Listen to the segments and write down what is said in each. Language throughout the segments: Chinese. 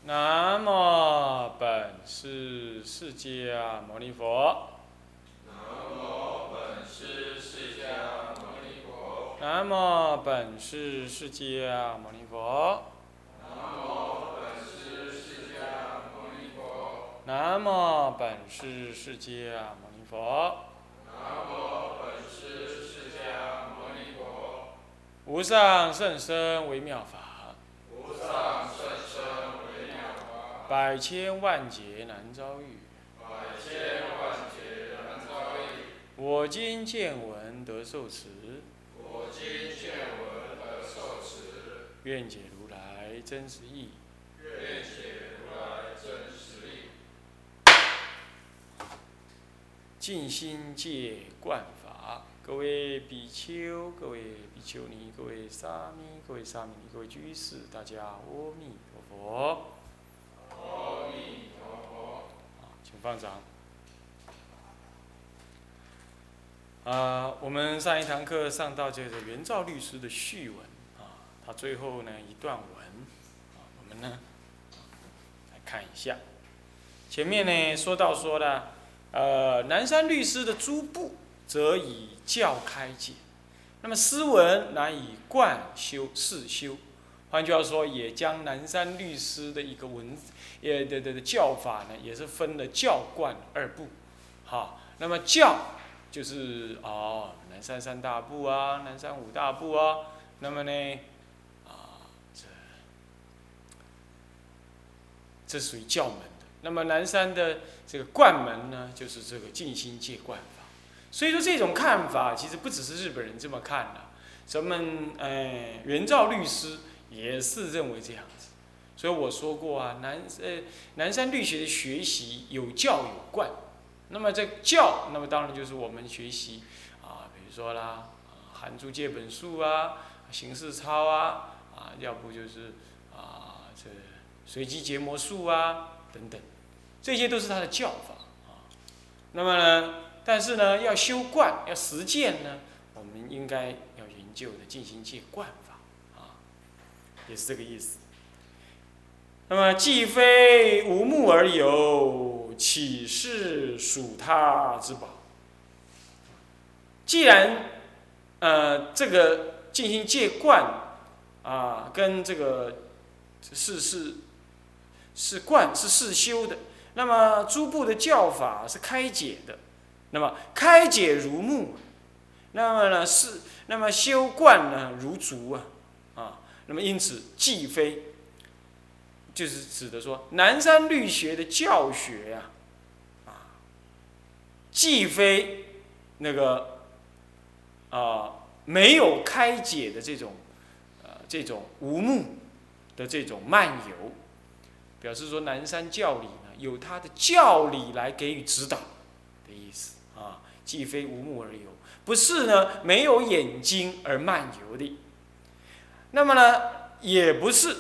南无本师释迦牟尼佛。 南无本师释迦牟尼佛。 南无本师释迦牟尼佛。 南无本师释迦牟尼佛。 南无本师释迦牟尼佛。 南无本师释迦牟尼佛。 无上甚深微妙法， 无上甚深微妙法， 百千万劫难遭遇。 百千万劫难遭遇。 我今见闻得受持， 我今见闻得受持， 愿解如来真实义。 愿解如来真实义。 净心戒观法，各位比丘、各位比丘尼、各位沙弥、各位沙弥尼、各位居士，大家阿弥陀佛。 阿弥陀佛。 好，请放掌。我们上一堂课上到这个圆照律师的序文他最后呢一段文我们呢来看一下。前面呢说了，南山律师的诸部则以教开解，那么诗文乃以贯修释修。换句话说，也将南山律师的一个的教法呢，也是分了教贯二部。好，那么教就是南山三大部啊，南山五大部啊。那么呢，这属于教门的。那么南山的这个贯门呢，就是这个净心戒观法。所以说这种看法其实不只是日本人这么看的，咱们圆照律师也是认为这样子。所以我说过啊，南山律学的学习有教有贯。那么这教，那么当然就是我们学习比如说啦，含珠戒本述啊，形式操啊，要不就是这随机结魔术啊等等，这些都是他的教法那么呢，但是呢，要修观要实践呢，我们应该要研究的净心戒观法也是这个意思。那么既非无目而有，岂是属他之宝？既然这个净心戒观跟这个是观是世修的，那么诸部的教法是开解的，那么开解如木，那么呢那么修观呢如竹那么因此既非，就是指的说南山律学的教学既非那个没有开解的这种无目的这种漫游，表示说南山教理呢有它的教理来给予指导的意思既非无目而游，不是呢没有眼睛而漫游的。那么呢也不是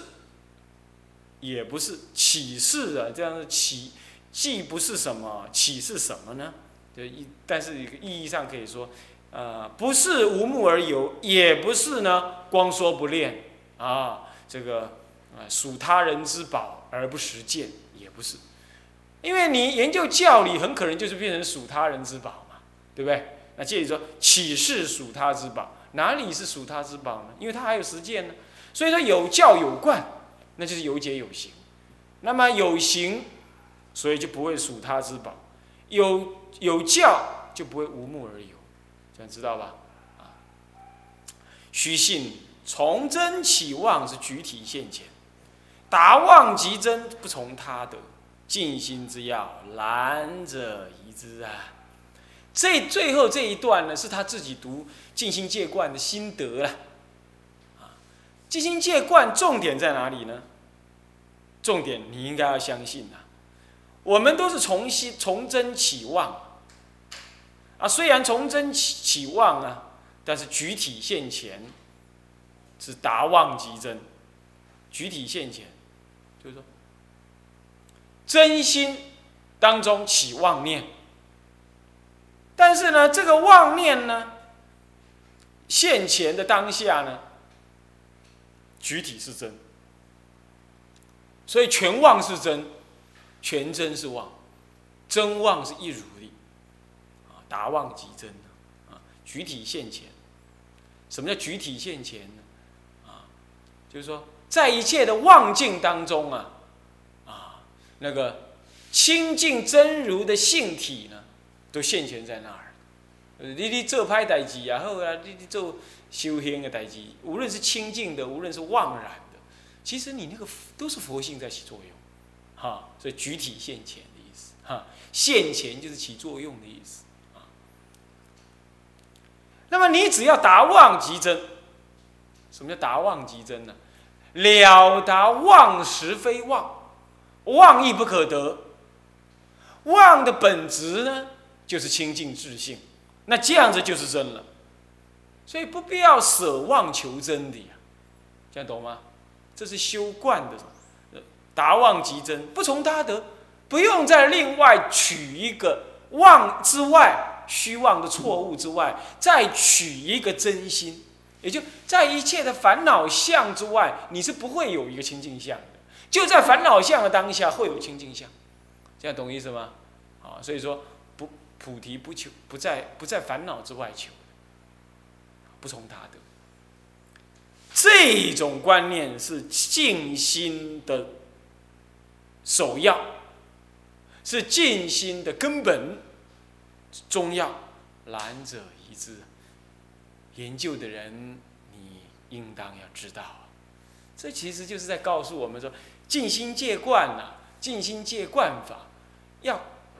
启示这样的既不是什么，启是什么呢？但是一个意义上可以说，不是无目而游，也不是呢光说不练这个属他人之宝而不实践，也不是。因为你研究教理，很可能就是变成属他人之宝嘛，对不对？那接着说，岂是属他之宝？哪里是属他之宝呢？因为他还有实践呢。所以说有教有贯，那就是有解有行。那么有行，所以就不会属他之宝；有教就不会无目而有，这样知道吧？虚信从真起妄是举体现前，达妄即真，不从他得。净心之要，然者宜之最后这一段呢，是他自己读净心戒观的心得了。净心戒观重点在哪里呢？重点你应该要相信我们都是从真起妄虽然从真起妄但是举体现前是达妄即真。举体现前就是说真心当中起妄念，但是呢这个妄念呢现前的当下呢举体是真， 所以全妄是真，全真是妄，真妄是一如的，达妄即真，具体现前。什么叫具体现前呢？就是说，在一切的妄境当中那个清净真如的性体呢，都现前在那儿。你做歹代志也好啊，你做修行的代志，无论是清净的，无论是妄然的，其实你那个都是佛性在起作用，所以具体现前的意思，现前就是起作用的意思，那么你只要达妄即真，什么叫达妄即真呢？了达妄实非妄，妄亦不可得。妄的本质呢，就是清净自性，那这样子就是真了。所以不必要舍妄求真的呀，这样懂吗？这是修观的，达妄即真，不从他得，不用再另外取一个妄之外，虚妄的错误之外，再取一个真心，也就在一切的烦恼相之外，你是不会有一个清净相的，就在烦恼相的当下会有清净相，这样懂意思吗？所以说菩提不求，不在烦恼之外求，不从他得。这种观念是静心的首要，是静心的根本、中要，然者一致。研究的人，你应当要知道，这其实就是在告诉我们说，静心戒观静心戒观法，要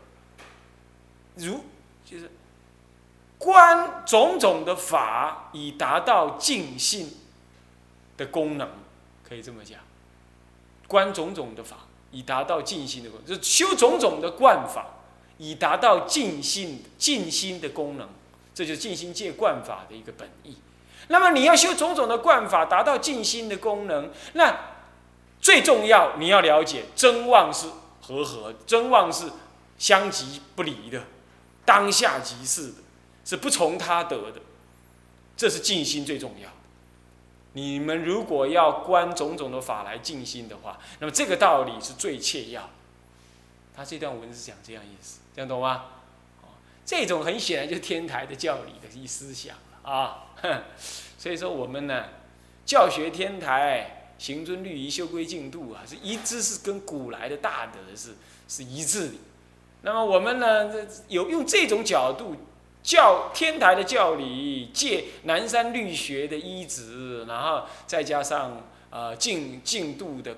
就是观种种的法，以达到静心的功能，可以这么讲。观种种的法，以达到静心的功能，就是修种种的观法，以达到静心的功能，这就是静心戒观法的一个本意。那么你要修种种的观法，达到静心的功能，那最重要你要了解真妄是和，真妄是相即不离的，当下即是的，是不从他得的，这是静心最重要的。你们如果要观种种的法来静心的话，那么这个道理是最切要。他这段文是讲这样意思，这样懂吗？这种很显然就是天台的教理的思想啊。所以说我们呢，教学天台行尊律仪修归净度是一致，是跟古来的大德是一致的。那么我们呢，有用这种角度。天台的教理，借南山律学的依止，然后再加上净度的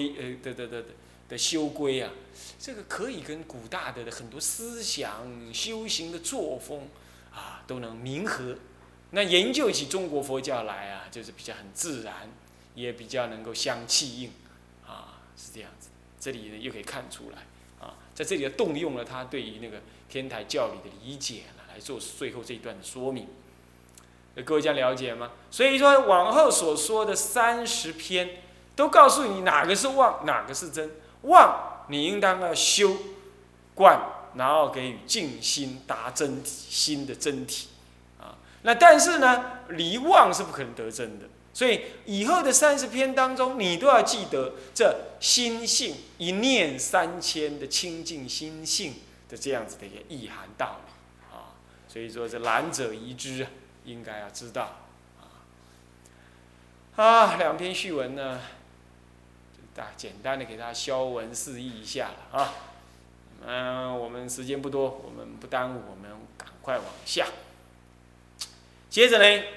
修规这个可以跟古大德的很多思想、修行的作风都能冥合。那研究起中国佛教来就是比较很自然，也比较能够相契应是这样子。这里呢又可以看出来在这里动用了他对于那个天台教理的理解来做最后这一段的说明，各位这样了解吗？所以说往后所说的30篇，都告诉你哪个是妄，哪个是真。妄你应当要修观，然后给予静心达真体心的真体那但是呢，离妄是不可能得真的。所以以后的30篇当中，你都要记得这心性一念3000的清净心性的这样子的一个意涵道理。所以说这懒者宜知应该要知道2篇序文呢，简单的给大家消文释义一下了我们时间不多，我们不耽误，我们赶快往下。接着呢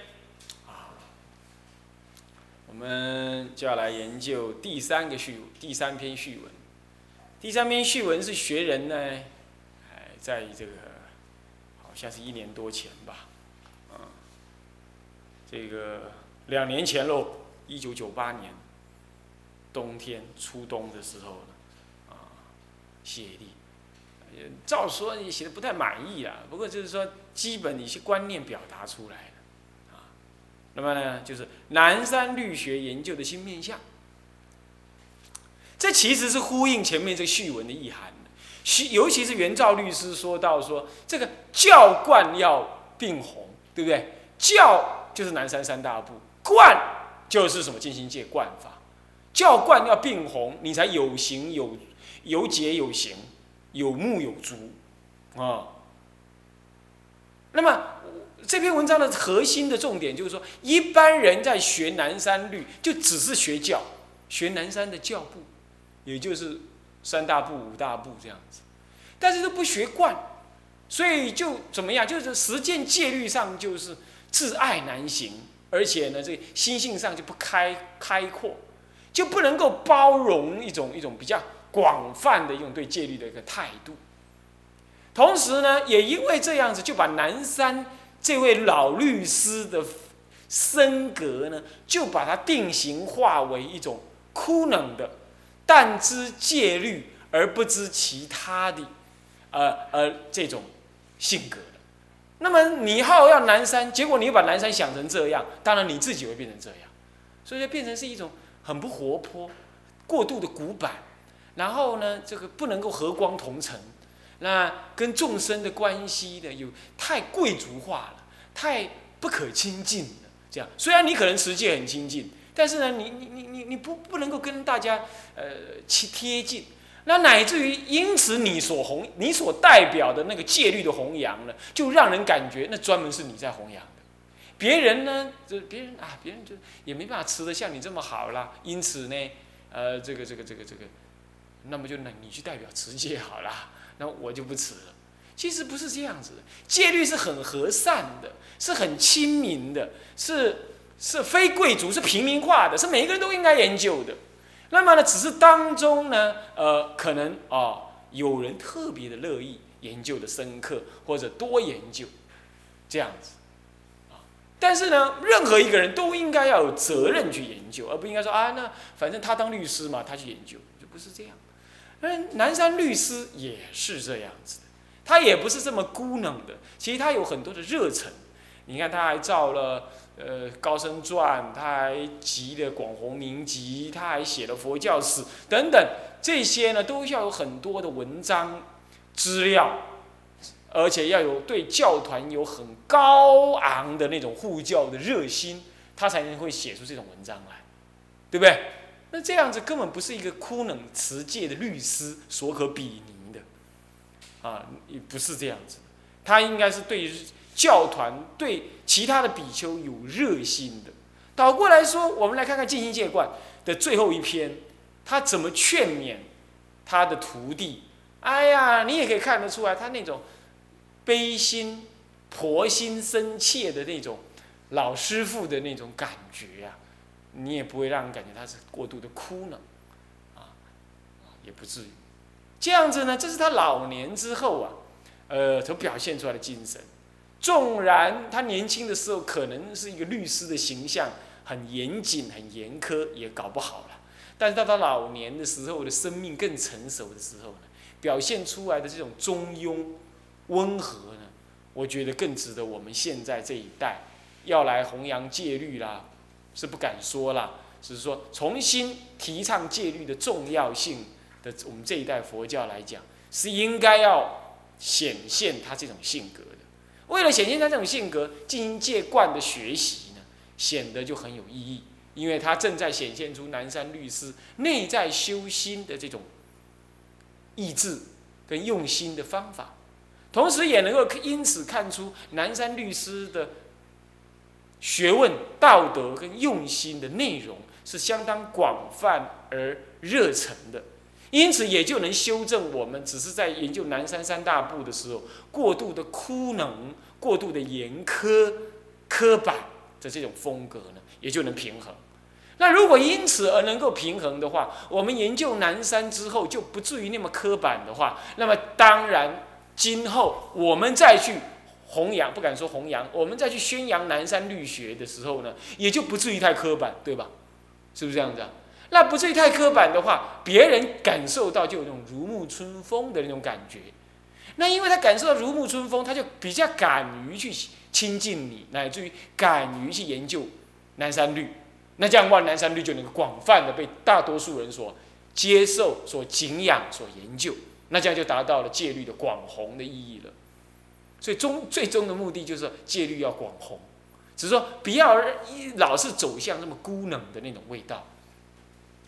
我们就要来研究第3篇序文。第3篇序文是学人呢在这个好像是1年多前吧这个2年前喽，1998年冬天初冬的时候写的，照说也写的不太满意不过就是说基本一些观念表达出来了那么呢，就是南山律学研究的新面向，这其实是呼应前面这个序文的意涵的。尤其是元照律师说到说，这个教观要并弘，对不对？教就是南山3大部，观就是什么静心戒观法。 教观要并弘，你才有形有解有形，有目有足啊。那么这篇文章的核心的重点就是说，一般人在学南山律，就只是学教，学南山的教部，也就是三大部、五大部这样子，但是都不学观，所以就怎么样？就是实践戒律上就是自爱难行，而且呢，这心性上就不开阔，就不能够包容一种比较广泛的一种对戒律的一个态度。同时呢，也因为这样子，就把南山这位老律师的身格呢，就把它定型化为一种枯冷的，但知戒律而不知其他的，这种性格了。那么你要南山，结果你把南山想成这样，当然你自己会变成这样，所以就变成是一种很不活泼、过度的古板，然后呢，这个不能够和光同尘。那跟众生的关系的有太贵族化了，太不可亲近了。这样，虽然你可能持戒很亲近，但是呢，你不能够跟大家贴近。那乃至于因此你所代表的那个戒律的弘扬呢，就让人感觉那专门是你在弘扬的。别人呢，别人就也没办法持得像你这么好啦。因此呢，这个，那么就你去代表持戒好啦。那我就不吃了。其实不是这样子的，戒律是很和善的，是很亲民的，是非贵族，是平民化的，是每一个人都应该研究的。那么呢，只是当中呢，可能有人特别的乐意研究的深刻，或者多研究，这样子但是呢，任何一个人都应该要有责任去研究，而不应该说那反正他当律师嘛，他去研究，就不是这样。南山律师也是这样子的，他也不是这么孤冷的，其实他有很多的热忱。你看，他还造了高僧传，他还集了广弘明集，他还写了佛教史等等，这些呢都要有很多的文章资料，而且要有对教团有很高昂的那种护教的热心，他才能会写出这种文章来，对不对？那这样子根本不是一个枯冷持戒的律师所可比拟的，也不是这样子。他应该是对教团、对其他的比丘有热心的。倒过来说，我们来看看《净心戒观》的最后一篇，他怎么劝勉他的徒弟。哎呀，你也可以看得出来，他那种悲心、婆心深切的那种老师傅的那种感觉你也不会让人感觉他是过度的枯冷，也不至于。这样子呢，这是他老年之后所表现出来的精神。纵然他年轻的时候可能是一个律师的形象，很严谨、很严苛，也搞不好了。但是到他老年的时候的生命更成熟的时候呢，表现出来的这种中庸、温和呢，我觉得更值得我们现在这一代要来弘扬戒律啦。是不敢说啦，只是说重新提倡戒律的重要性的，我们这一代佛教来讲，是应该要显现他这种性格的。为了显现他这种性格，净心戒观的学习呢，显得就很有意义，因为他正在显现出南山律师内在修心的这种意志跟用心的方法，同时也能够因此看出南山律师的学问、道德跟用心的内容是相当广泛而热忱的，因此也就能修正我们只是在研究南山三大部的时候过度的枯冷、过度的严苛、刻板的这种风格呢，也就能平衡。那如果因此而能够平衡的话，我们研究南山之后就不至于那么刻板的话，那么当然今后我们再去弘扬，不敢说弘扬，我们再去宣扬南山律学的时候呢，也就不至于太刻板，对吧？是不是这样子那不至于太刻板的话，别人感受到就有那种如沐春风的那种感觉。那因为他感受到如沐春风，他就比较敢于去亲近你，乃至于敢于去研究南山律。那这样的话，南山律就能够广泛的被大多数人所接受、所敬仰、所研究。那这样就达到了戒律的广弘的意义了。所以最终的目的就是戒律要广弘，只是说不要老是走向那么孤冷的那种味道。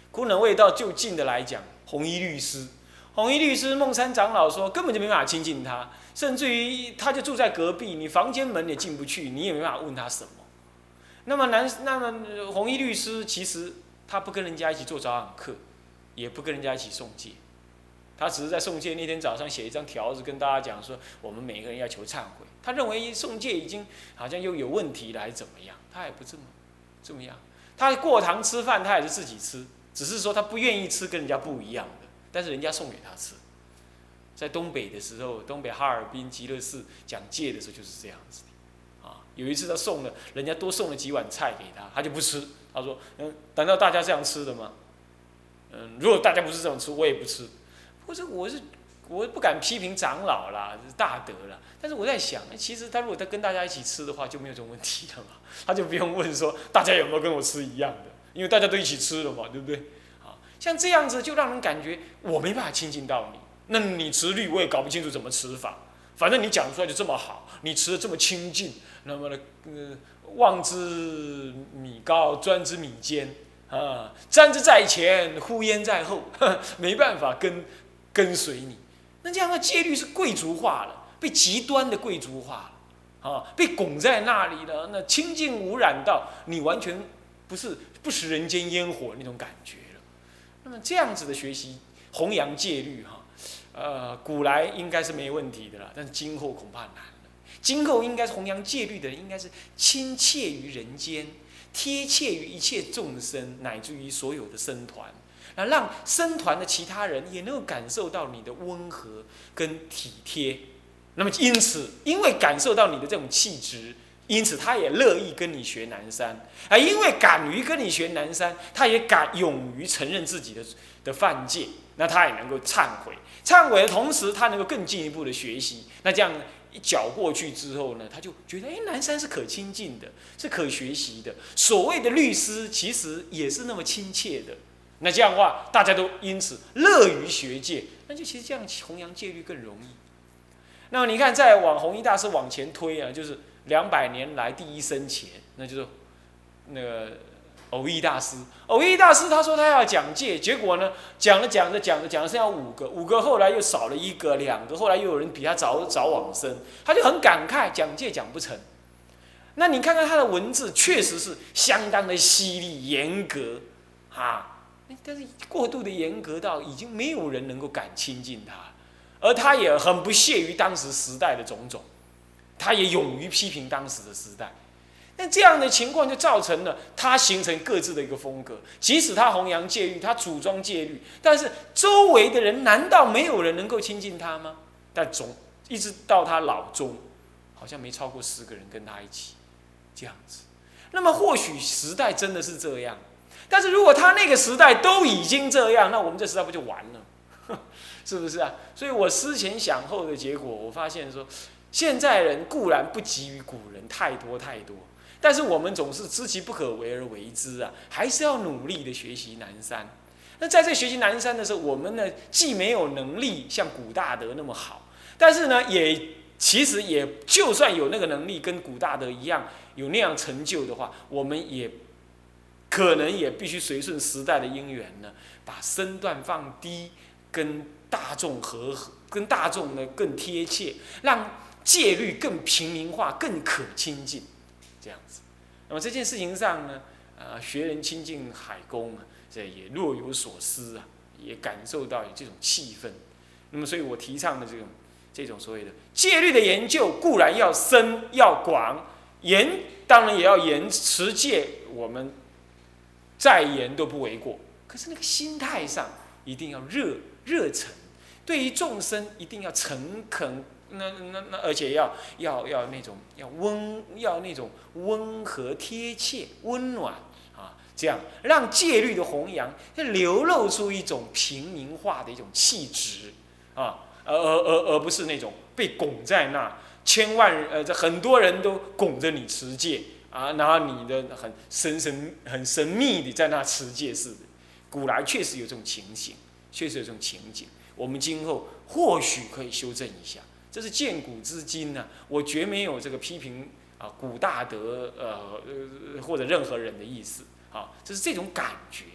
苦冷味道就近的来讲，弘一律师，弘一律师，孟山长老说根本就没办法亲近他，甚至于他就住在隔壁，你房间门也进不去，你也没办法问他什么。那么弘一律师其实他不跟人家一起做早晚课，也不跟人家一起诵戒，他只是在诵戒那天早上写一张条子跟大家讲说，我们每个人要求忏悔。他认为诵戒已经好像又有问题了，还是怎么样？他也不这么样。他过堂吃饭，他也是自己吃，只是说他不愿意吃跟人家不一样的，但是人家送给他吃。在东北的时候，东北哈尔滨极乐寺讲戒的时候就是这样子的，有一次他人家多送了几碗菜给他，他就不吃。他说：“难道大家这样吃的吗？如果大家不是这样吃，我也不吃。我不敢批评长老啦，是大德啦。但是我在想，其实他如果跟大家一起吃的话，就没有这种问题了嘛。他就不用问说大家有没有跟我吃一样的，因为大家都一起吃了嘛，对不对？像这样子就让人感觉我没办法亲近到你。那你持律我也搞不清楚怎么持法，反正你讲出来就这么好，你持的这么清净，那么呢，望之米高，专之米坚瞻之在前，呼焉在后，没办法跟随你。那这样的戒律是贵族化了，被极端的贵族化了，被拱在那里了，那清净无染到你完全不食人间烟火那种感觉了。那么这样子的学习弘扬戒律古来应该是没问题的了，但是今后恐怕难了。今后应该是弘扬戒律的人，应该是亲切于人间，贴切于一切众生，乃至于所有的僧团。让僧团的其他人也能够感受到你的温和跟体贴，那么因此，因为感受到你的这种气质，因此他也乐意跟你学南山，因为敢于跟你学南山，他也勇于承认自己的犯戒，那他也能够忏悔，忏悔的同时，他能够更进一步的学习，那这样一搅过去之后呢，他就觉得南山是可亲近的，是可学习的，所谓的律师其实也是那么亲切的。那这样的话，大家都因此乐于学戒，那就其实这样弘扬戒律更容易。那么你看，再往弘一大师往前推就是200年来第一僧伽，那就是那个藕益大师。藕益大师他说他要讲戒，结果呢讲着剩下5个后来又少了1个、2个，后来又有人比他早往生，他就很感慨讲戒讲不成。那你看看他的文字，确实是相当的犀利严格但是过度的严格到已经没有人能够敢亲近他，而他也很不屑于当时时代的种种，他也勇于批评当时的时代。那这样的情况就造成了他形成各自的一个风格。即使他弘扬戒律，他主张戒律，但是周围的人难道没有人能够亲近他吗？但一直到他老终，好像没超过10个人跟他一起这样子。那么或许时代真的是这样。但是如果他那个时代都已经这样，那我们这时代不就完了？是不是啊？所以我思前想后的结果，我发现说，现在人固然不及于古人太多，但是我们总是知其不可为而为之还是要努力的学习南山。那在这学习南山的时候，我们呢既没有能力像古大德那么好，但是呢其实也就算有那个能力跟古大德一样有那样成就的话，我们也可能也必须随顺时代的因缘呢，把身段放低，跟大众跟大众呢更贴切，让戒律更平民化，更可亲近，这样子。那么这件事情上呢，学人亲近海公这也若有所思也感受到有这种气氛。那么，所以我提倡的这种所谓的戒律的研究，固然要深要广，当然也要持戒，我们再严都不为过。可是那个心态上一定要热忱，对于众生一定要诚恳，而且要那种要那种温和贴切温暖这样让戒律的弘扬流露出一种平民化的一种气质而不是那种被拱在那，很多人都拱着你持戒然后你的很神秘的在那持戒似的。古来确实有这种情形，确实有这种情景，我们今后或许可以修正一下。这是见古知今我绝没有这个批评古大德或者任何人的意思这是这种感觉。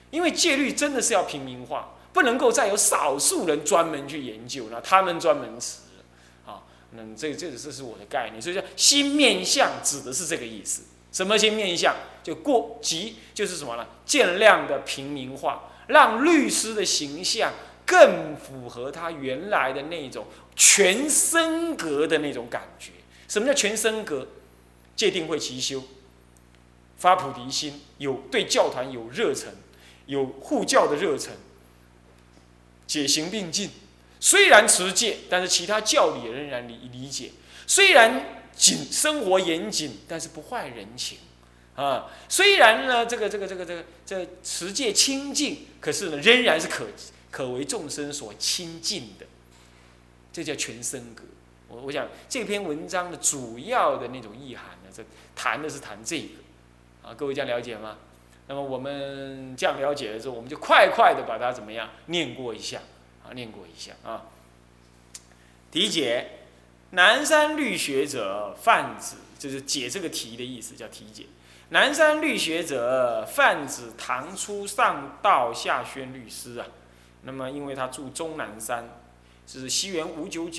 因为戒律真的是要平民化，不能够再有少数人专门去研究，那他们专门吃啊。那这是我的概念，所以叫新面相指的是这个意思。什么新面相？就是什么呢？尽量的平民化，让律师的形象更符合他原来的那种全身格的那种感觉。什么叫全身格？戒定慧齐修，发菩提心，对教团有热忱，有护教的热忱，解行并进。虽然持戒，但是其他教理仍然理解。虽然生活严谨，但是不坏人情啊。虽然呢，这持戒清净，可是呢，仍然是可为众生所亲近的。这叫全身格。我想这篇文章的主要的那种意涵呢，谈这个啊，各位这样了解吗？那么我们这样了解了之后，我们就快的把它怎么样念过一下啊。题解：南山律学者，泛指，就是解这个题的意思，叫题解。南山律学者，泛指唐初上道下宣律师啊。那么因为他住终南山，是西元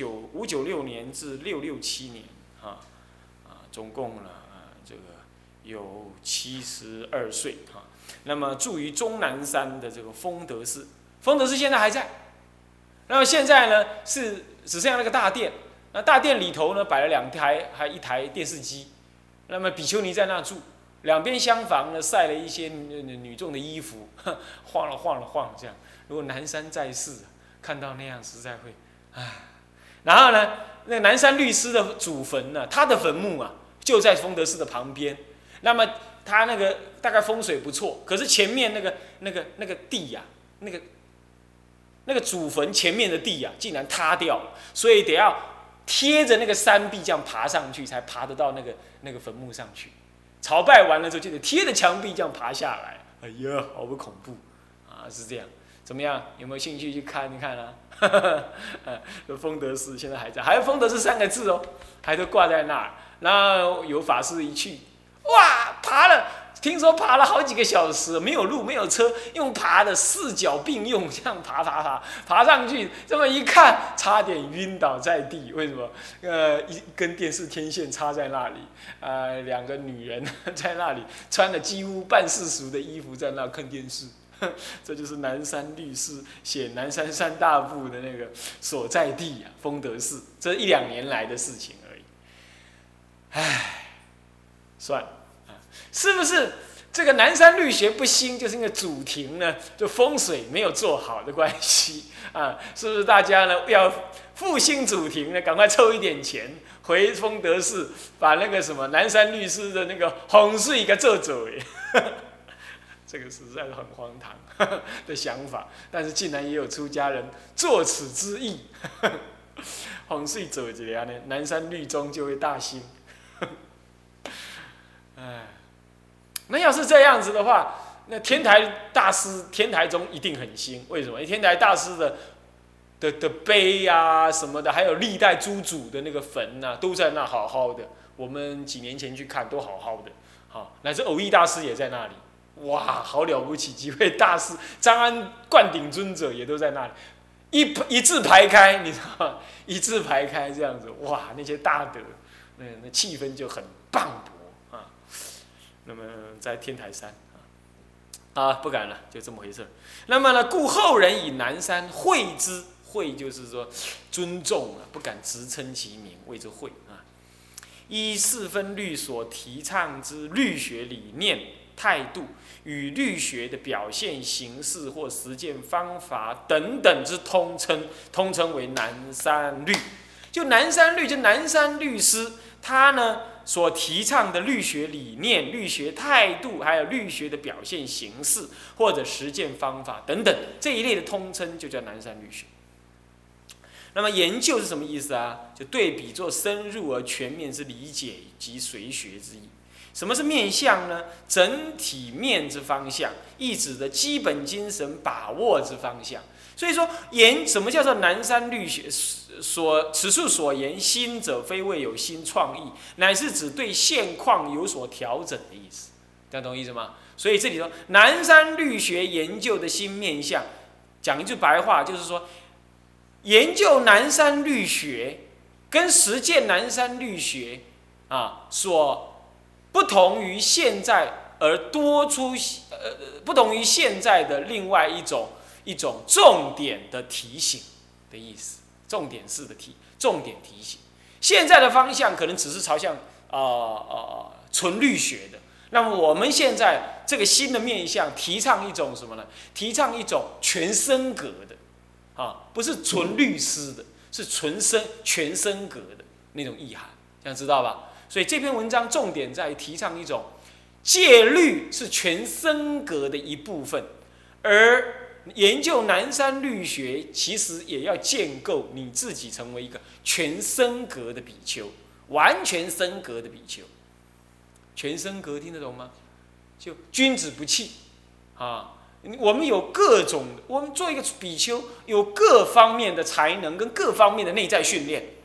596年至667年总共呢这个有72岁啊。那么住于终南山的这个丰德寺，丰德寺现在还在。那么现在呢是只剩下那个大殿，那大殿里头呢摆了2台，还一台电视机。那么比丘尼在那住，两边厢房呢晒了一些女众的衣服，晃了这样。如果南山在世，看到那样实在会，唉。然后呢，那个南山律师的祖坟呢，他的坟墓啊就在丰德寺的旁边。那么他那个大概风水不错，可是前面那个地呀、那个祖坟前面的地呀、竟然塌掉了，所以得要贴着那个山壁这样爬上去，才爬得到那个坟墓上去。朝拜完了之后，就得贴着墙壁这样爬下来。哎呀，好不恐怖啊！是这样，怎么样？有没有兴趣去看一看啊？丰德寺现在还在，还有丰德寺3个字哦，还都挂在那儿。然后有法师一去，哇，听说爬了好几个小时，没有路没有车，用爬的4脚并用，这样爬上去，这么一看，差点晕倒在地。为什么？一根电视天线插在那里，2个女人在那里穿的几乎半世俗的衣服在那看电视。这就是南山律师写《南山3大部》的那个所在地啊，丰德寺。这1、2年来的事情而已。唉，算了。是不是这个南山律学不兴，就是因为祖庭呢，就风水没有做好的关系啊？是不是大家呢要复兴祖庭呢，赶快凑一点钱回丰德寺，把那个什么南山律师的那个洪水给做走耶？这个实在是很荒唐的想法，但是竟然也有出家人作此之意。洪水走起来呢，南山律宗就会大兴。唉。那要是这样子的话，那天台大师天台宗一定很兴。为什么？因为天台大师的碑啊什么的，还有历代诸祖的那个坟啊，都在那好好的。我们几年前去看都好好的，好，乃至偶益大师也在那里。哇，好了不起！几位大师，张安灌顶尊者也都在那里，一字排开，你知道吗？一字排开这样子，哇，那些大德，那气氛就很磅礴。那么在天台山不敢了，就这么回事。那么呢，故后人以南山讳之，讳就是说尊重了，不敢直称其名，谓之讳啊。依4分律所提倡之律学理念、态度与律学的表现形式或实践方法等等之通称为南山律。就南山律，就南山律师，他呢所提倡的律学理念、律学态度，还有律学的表现形式或者实践方法等等这一类的通称，就叫南山律学。那么研究是什么意思啊？就对比做深入而全面之理解及随学之意。什么是面向呢？整体面之方向，意指的基本精神把握之方向。所以说，什么叫做南山律学？此处所言新者，非谓有新创意，乃是指对现况有所调整的意思。这样懂意思吗？ 所以这里头南山律学研究的新面向，讲一句白话就是说，研究南山律学跟实践南山律学所不同于现在而多出不同于现在的另外一种重点的提醒的意思，重点提醒。现在的方向可能只是朝向纯律学的，那么我们现在这个新的面向提倡一种什么呢？提倡一种全身格的不是纯律师的，是全身格的那种意涵，这样知道吧？所以这篇文章重点在于提倡一种戒律是全身格的一部分，而研究南山律学其实也要建构你自己成为一个全身格的比丘，完全身格的比丘。全身格听得懂吗？就君子不器我们有我们做一个比丘，有各方面的才能跟各方面的内在训练。